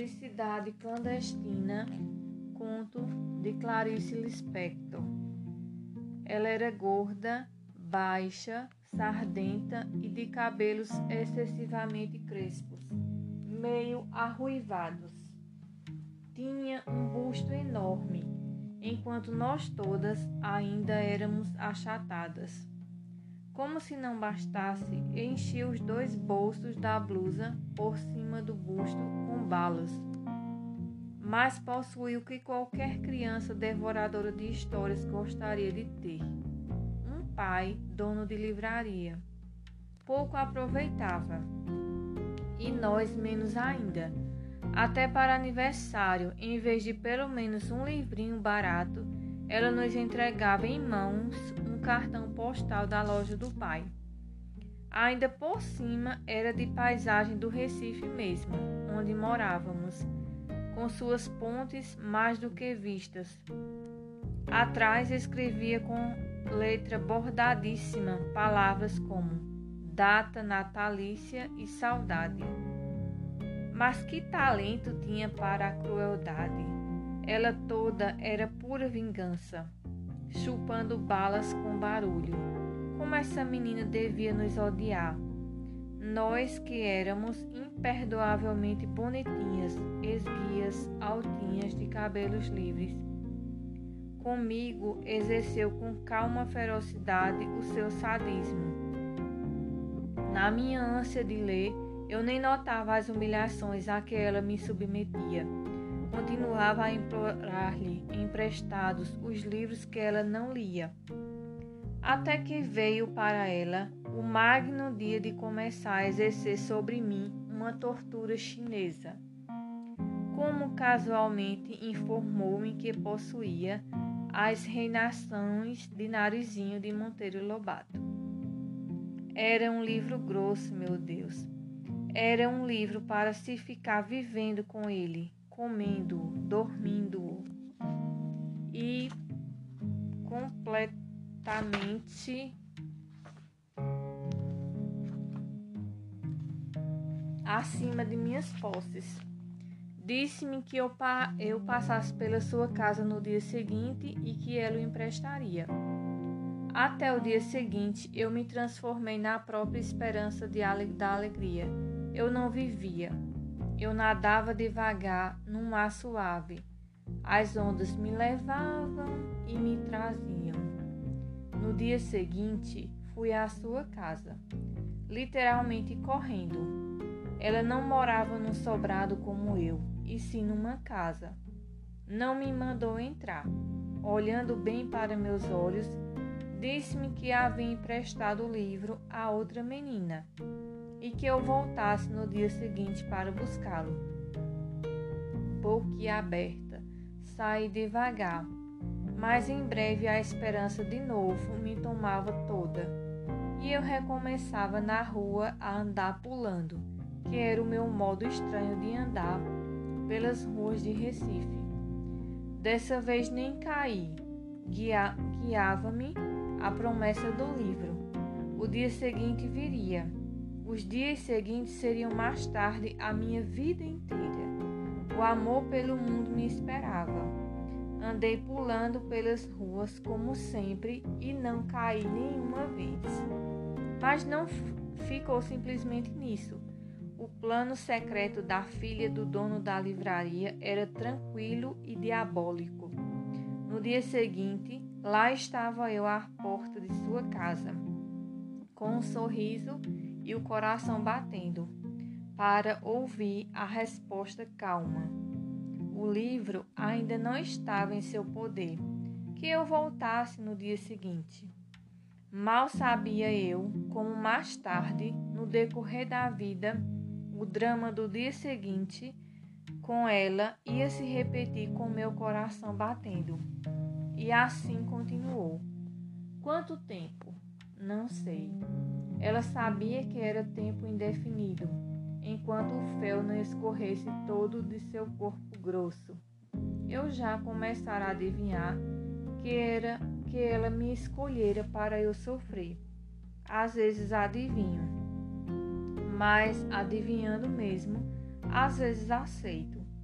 Felicidade Clandestina, conto de Clarice Lispector. Ela era gorda, baixa, sardenta e de cabelos excessivamente crespos, meio arruivados. Tinha um busto enorme, enquanto nós todas ainda éramos achatadas. Como se não bastasse, enchia os 2 bolsos da blusa por cima do busto com balas. Mas possuía o que qualquer criança devoradora de histórias gostaria de ter: um pai dono de livraria. Pouco aproveitava, e nós menos ainda. Até para aniversário, em vez de pelo menos um livrinho barato, ela nos entregava em mãos um cartão postal da loja do pai. Ainda por cima era de paisagem do Recife mesmo, onde morávamos, com suas pontes mais do que vistas. Atrás escrevia com letra bordadíssima palavras como data natalícia e saudade. Mas que talento tinha para a crueldade! Ela toda era pura vingança, chupando balas com barulho. Como essa menina devia nos odiar! Nós que éramos imperdoavelmente bonitinhas, esguias, altinhas, de cabelos livres. Comigo exerceu com calma ferocidade o seu sadismo. Na minha ânsia de ler, eu nem notava as humilhações a que ela me submetia. Continuava a implorar-lhe emprestados os livros que ela não lia. Até que veio para ela o magno dia de começar a exercer sobre mim uma tortura chinesa. Como casualmente informou-me que possuía as reinações de Narizinho de Monteiro Lobato. Era um livro grosso, meu Deus. Era um livro para se ficar vivendo com ele, comendo-o, dormindo-o e completamente acima de minhas posses. Disse-me que eu passasse pela sua casa no dia seguinte e que ela o emprestaria. Até o dia seguinte, eu me transformei na própria esperança da alegria. Eu não vivia. Eu nadava devagar num mar suave. As ondas me levavam e me traziam. No dia seguinte, fui à sua casa, literalmente correndo. Ela não morava num sobrado como eu, e sim numa casa. Não me mandou entrar. Olhando bem para meus olhos, disse-me que havia emprestado o livro a outra menina e que eu voltasse no dia seguinte para buscá-lo. Boquiaberta, saí devagar, mas em breve a esperança de novo me tomava toda e eu recomeçava na rua a andar pulando, que era o meu modo estranho de andar pelas ruas de Recife. Dessa vez nem caí, guiava-me a promessa do livro. O dia seguinte viria. Os dias seguintes seriam mais tarde a minha vida inteira. O amor pelo mundo me esperava. Andei pulando pelas ruas como sempre e não caí nenhuma vez. Mas não ficou simplesmente nisso. O plano secreto da filha do dono da livraria era tranquilo e diabólico. No dia seguinte, lá estava eu à porta de sua casa, com um sorriso e o coração batendo, para ouvir a resposta calma. O livro ainda não estava em seu poder, que eu voltasse no dia seguinte. Mal sabia eu como mais tarde, no decorrer da vida, o drama do dia seguinte com ela ia se repetir com meu coração batendo. E assim continuou. Quanto tempo? Não sei. Ela sabia que era tempo indefinido, enquanto o fel não escorresse todo de seu corpo grosso. Eu já começara a adivinhar que ela me escolhera para eu sofrer. Às vezes adivinho, mas adivinhando mesmo, às vezes aceito.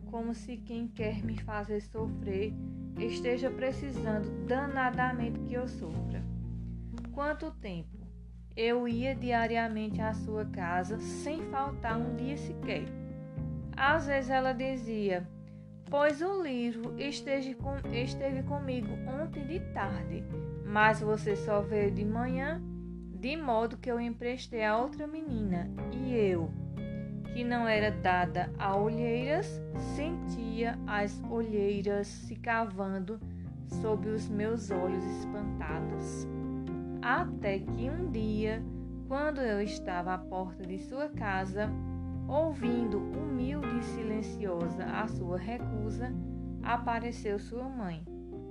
como se quem quer me fazer sofrer esteja precisando danadamente que eu sofra. Quanto tempo? Eu ia diariamente à sua casa sem faltar um dia sequer. Às vezes ela dizia: pois o livro esteve comigo ontem de tarde, mas você só veio de manhã, de modo que eu emprestei a outra menina, e eu, que não era dada a olheiras, sentia as olheiras se cavando sob os meus olhos espantados. Até que um dia, quando eu estava à porta de sua casa, ouvindo humilde e silenciosa a sua recusa, apareceu sua mãe.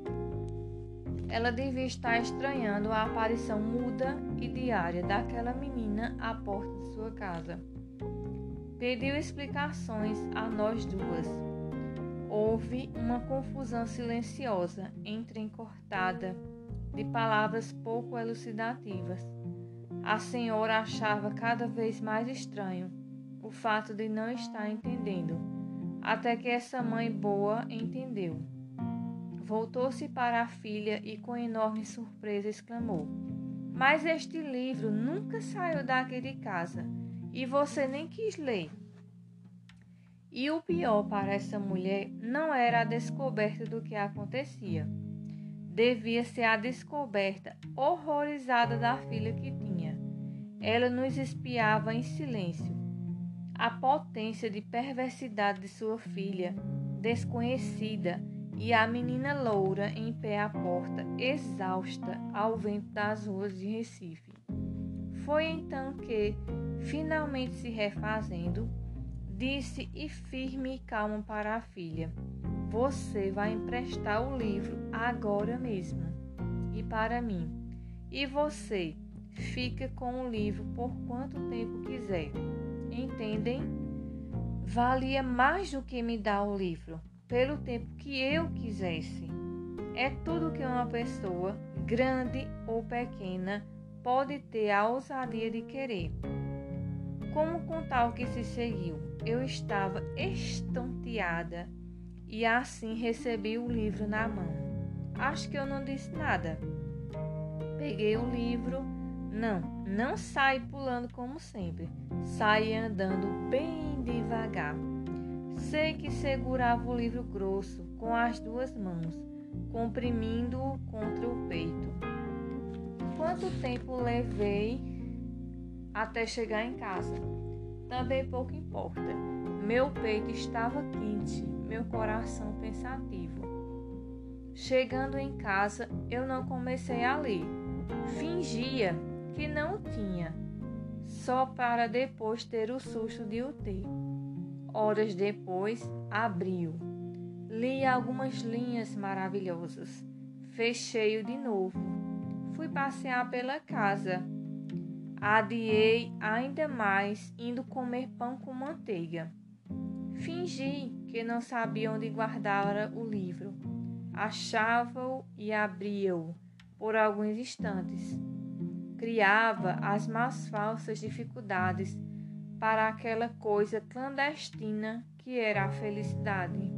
Ela devia estar estranhando a aparição muda e diária daquela menina à porta de sua casa. Pediu explicações a nós duas. Houve uma confusão silenciosa, entrecortada, de palavras pouco elucidativas. A senhora achava cada vez mais estranho o fato de não estar entendendo, até que essa mãe boa entendeu. Voltou-se para a filha e com enorme surpresa exclamou: mas este livro nunca saiu daqui de casa e você nem quis ler. E o pior para essa mulher não era a descoberta do que acontecia. Devia ser a descoberta horrorizada da filha que tinha. Ela nos espiava em silêncio. A potência de perversidade de sua filha, desconhecida, e a menina loura em pé à porta, exausta ao vento das ruas de Recife. Foi então que, finalmente se refazendo, disse e firme e calmo para a filha: você vai emprestar o livro agora mesmo, e para mim. E você fica com o livro por quanto tempo quiser. Entendem? Valia mais do que me dar o livro, pelo tempo que eu quisesse. É tudo que uma pessoa, grande ou pequena, pode ter a ousadia de querer. Como contar o que se seguiu? Eu estava estonteada e assim recebi o livro na mão. Acho que eu não disse nada. Peguei o livro. Não saí pulando como sempre. Saí andando bem devagar. Sei que segurava o livro grosso com as duas mãos, comprimindo-o contra o peito. Quanto tempo levei até chegar em casa? Também pouco importa. Meu peito estava quente, meu coração pensativo. Chegando em casa, eu não comecei a ler. Fingia que não o tinha, só para depois ter o susto de o ter. Horas depois, abri-o. Li algumas linhas maravilhosas. Fechei-o de novo. Fui passear pela casa. Adiei ainda mais, indo comer pão com manteiga. Fingi que não sabia onde guardara o livro. Achava-o e abria-o por alguns instantes. Criava as mais falsas dificuldades para aquela coisa clandestina que era a felicidade.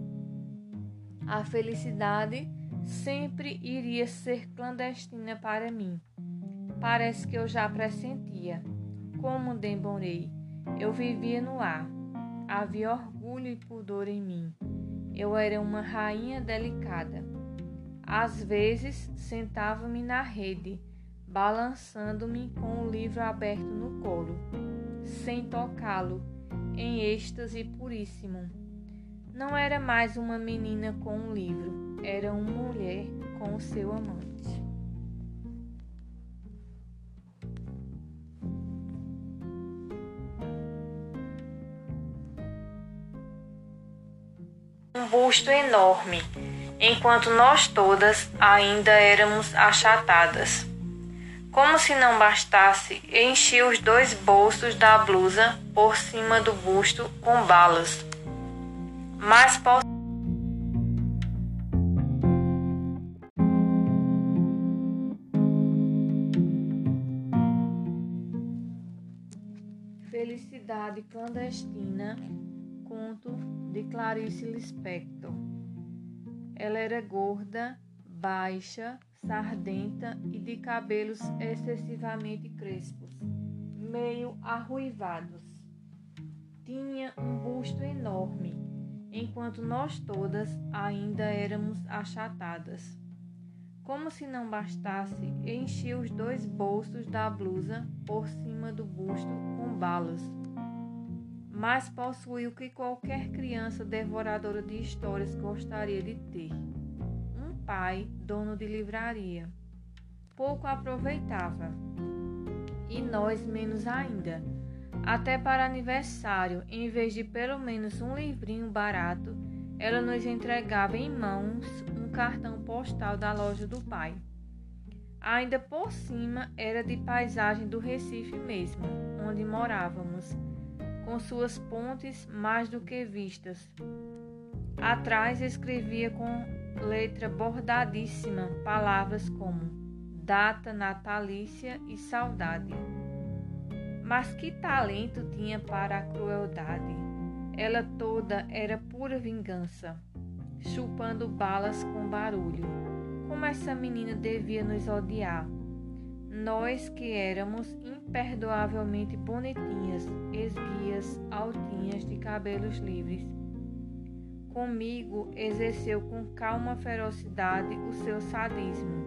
A felicidade sempre iria ser clandestina para mim. Parece que eu já pressentia. Como demorei. Eu vivia no ar. Havia orgulho e pudor em mim. Eu era uma rainha delicada. Às vezes, sentava-me na rede, balançando-me com o livro aberto no colo, sem tocá-lo, em êxtase puríssimo. Não era mais uma menina com um livro, era uma mulher com o seu amante. Um busto enorme, enquanto nós todas ainda éramos achatadas. Como se não bastasse, enchi os dois bolsos da blusa por cima do busto com balas. Mas felicidade clandestina conto de Clarice Lispector. Ela era gorda, baixa, sardenta e de cabelos excessivamente crespos, meio arruivados. Tinha um busto enorme, enquanto nós todas ainda éramos achatadas. Como se não bastasse, enchia os 2 bolsos da blusa por cima do busto com balas. Mas possuía o que qualquer criança devoradora de histórias gostaria de ter: um pai dono de livraria. Pouco aproveitava, e nós menos ainda. Até para aniversário, em vez de pelo menos um livrinho barato, ela nos entregava em mãos um cartão postal da loja do pai. Ainda por cima era de paisagem do Recife mesmo, onde morávamos, com suas pontes mais do que vistas. Atrás escrevia com letra bordadíssima palavras como data natalícia e saudade. Mas que talento tinha para a crueldade! Ela toda era pura vingança, chupando balas com barulho. Como essa menina devia nos odiar! Nós que éramos imperdoavelmente bonitinhas, esguias, altinhas, de cabelos livres. Comigo exerceu com calma ferocidade o seu sadismo.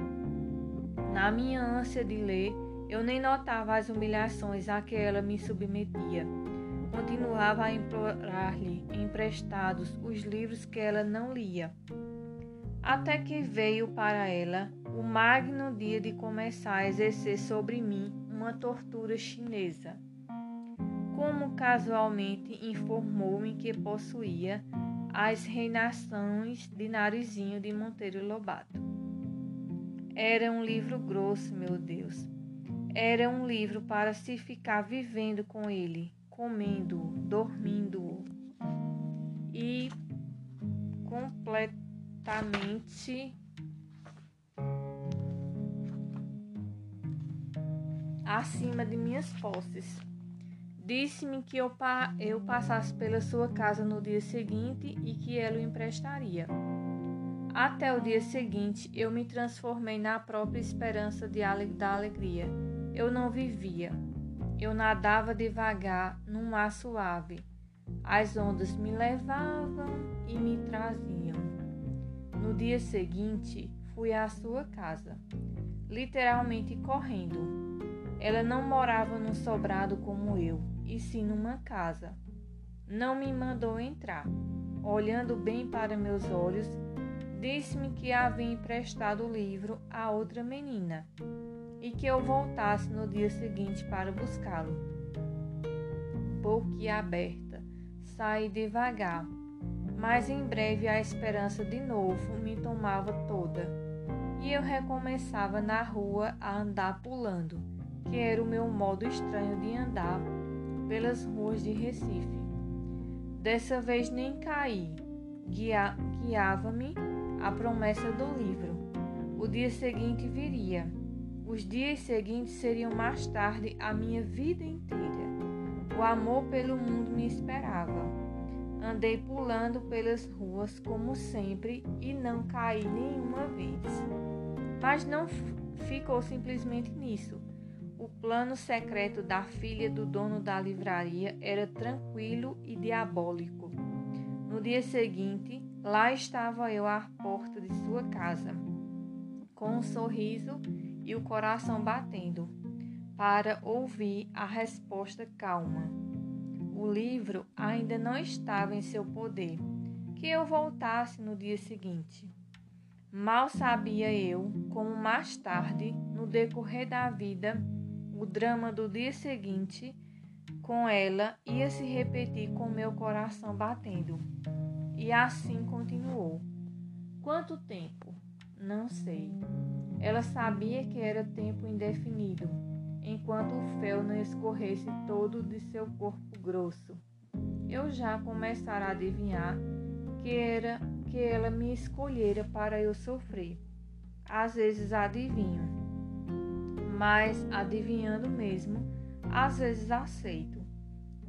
Na minha ânsia de ler, eu nem notava as humilhações a que ela me submetia. Continuava a implorar-lhe emprestados os livros que ela não lia. Até que veio para ela o magno dia de começar a exercer sobre mim uma tortura chinesa. Como casualmente informou-me que possuía as reinações de Narizinho de Monteiro Lobato. Era um livro grosso, meu Deus. Era um livro para se ficar vivendo com ele, comendo-o, dormindo-o e completamente acima de minhas posses. Disse-me que eu passasse pela sua casa no dia seguinte e que ela o emprestaria. Até o dia seguinte, eu me transformei na própria esperança da alegria. Eu não vivia. Eu nadava devagar num mar suave. As ondas me levavam e me traziam. No dia seguinte, fui à sua casa, literalmente correndo. Ela não morava num sobrado como eu, e sim numa casa. Não me mandou entrar. Olhando bem para meus olhos, disse-me que havia emprestado o livro a outra menina e que eu voltasse no dia seguinte para buscá-lo. Boquiaberta, saí devagar, mas em breve a esperança de novo me tomava toda e eu recomeçava na rua a andar pulando, que era o meu modo estranho de andar pelas ruas de Recife. Dessa vez nem caí, guiava-me a promessa do livro. O dia seguinte viria. Os dias seguintes seriam mais tarde a minha vida inteira. O amor pelo mundo me esperava. Andei pulando pelas ruas como sempre e não caí nenhuma vez. Mas não ficou simplesmente nisso. O plano secreto da filha do dono da livraria era tranquilo e diabólico. No dia seguinte, lá estava eu à porta de sua casa, com um sorriso e o coração batendo, para ouvir a resposta calma. O livro ainda não estava em seu poder, que eu voltasse no dia seguinte. Mal sabia eu como mais tarde, no decorrer da vida, o drama do dia seguinte com ela ia se repetir com meu coração batendo. E assim continuou. Quanto tempo? Não sei. Ela sabia que era tempo indefinido, enquanto o fel não escorresse todo de seu corpo grosso. Eu já começara a adivinhar que ela me escolhera para eu sofrer. Às vezes adivinho, mas adivinhando mesmo, às vezes aceito.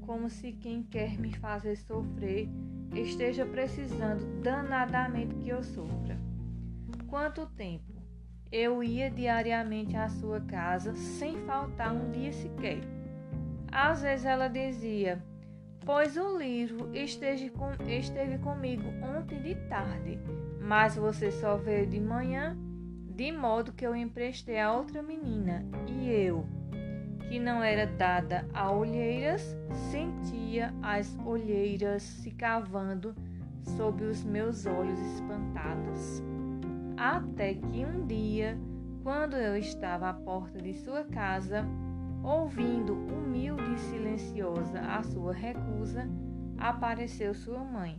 como se quem quer me fazer sofrer esteja precisando danadamente que eu sofra. Quanto tempo? Eu ia diariamente à sua casa, sem faltar um dia sequer. Às vezes ela dizia: pois o livro esteve comigo ontem de tarde, mas você só veio de manhã, de modo que eu emprestei a outra menina, e eu, que não era dada a olheiras, sentia as olheiras se cavando sob os meus olhos espantados. Até que um dia, quando eu estava à porta de sua casa, ouvindo humilde e silenciosa a sua recusa, apareceu sua mãe.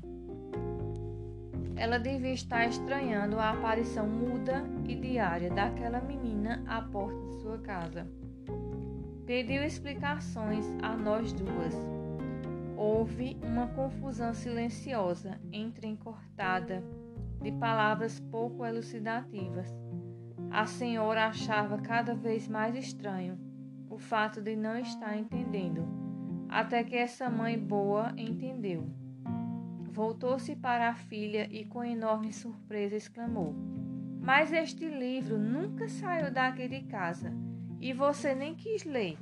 Ela devia estar estranhando a aparição muda e diária daquela menina à porta de sua casa. Pediu explicações a nós duas. Houve uma confusão silenciosa, entrecortada, de palavras pouco elucidativas. A senhora achava cada vez mais estranho o fato de não estar entendendo, até que essa mãe boa entendeu. Voltou-se para a filha e com enorme surpresa exclamou: mas este livro nunca saiu daqui de casa e você nem quis ler.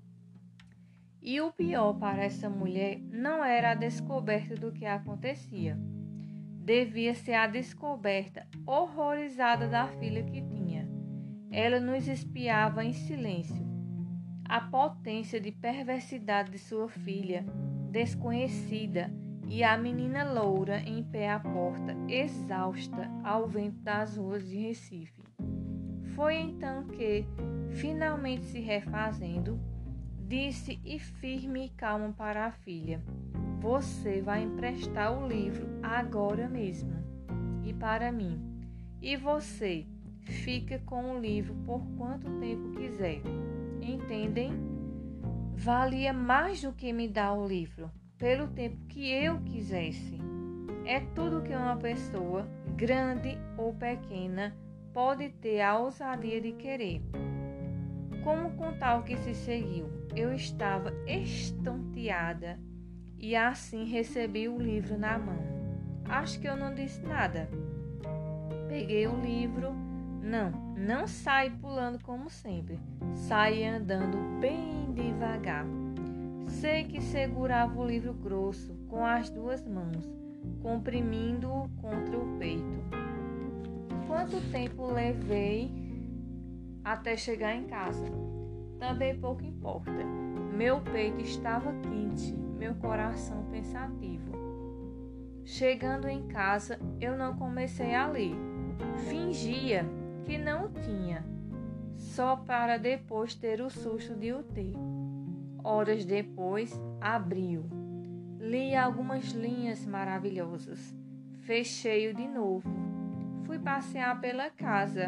E o pior para essa mulher não era a descoberta do que acontecia. Devia ser a descoberta horrorizada da filha que tinha. Ela nos espiava em silêncio. A potência de perversidade de sua filha, desconhecida, e a menina loura em pé à porta, exausta ao vento das ruas de Recife. Foi então que, finalmente se refazendo, disse e firme e calmo para a filha: você vai emprestar o livro agora mesmo, e para mim. E você fica com o livro por quanto tempo quiser. Entendem? Valia mais do que me dar o livro, pelo tempo que eu quisesse. É tudo que uma pessoa, grande ou pequena, pode ter a ousadia de querer. Como contar o que se seguiu? Eu estava estonteada e assim recebi o livro na mão. Acho que eu não disse nada. Peguei o livro. Não saí pulando como sempre. Saí andando bem devagar. Sei que segurava o livro grosso com as duas mãos, comprimindo-o contra o peito. Quanto tempo levei até chegar em casa? Também pouco importa. Meu peito estava quente, meu coração pensativo. Chegando em casa, eu não comecei a ler. Fingia que não o tinha, só para depois ter o susto de o ter. Horas depois, abri-o. Li algumas linhas maravilhosas. Fechei-o de novo. Fui passear pela casa.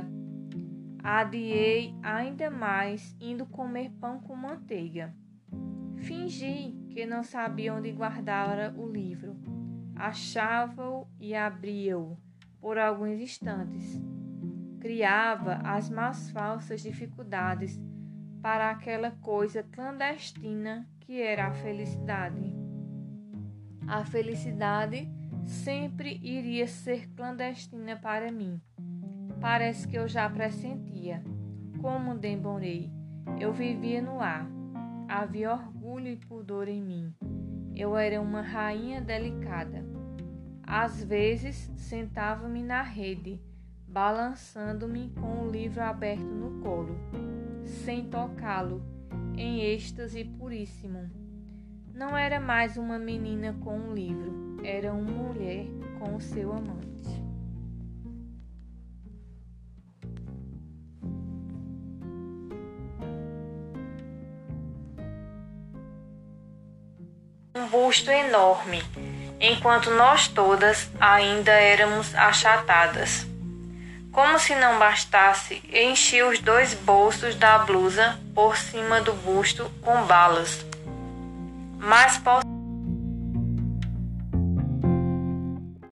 Adiei ainda mais, indo comer pão com manteiga. Fingi que não sabia onde guardara o livro. Achava-o e abria-o por alguns instantes. Criava as mais falsas dificuldades para aquela coisa clandestina que era a felicidade. A felicidade sempre iria ser clandestina para mim. Parece que eu já pressentia. Como demorei. Eu vivia no ar. Havia orgulho e pudor em mim. Eu era uma rainha delicada. Às vezes, sentava-me na rede, balançando-me com o livro aberto no colo, sem tocá-lo, em êxtase puríssimo. Não era mais uma menina com um livro, era uma mulher com o seu amante. Um busto enorme, enquanto nós todas ainda éramos achatadas. Como se não bastasse, enchi os 2 bolsos da blusa por cima do busto com balas. Mas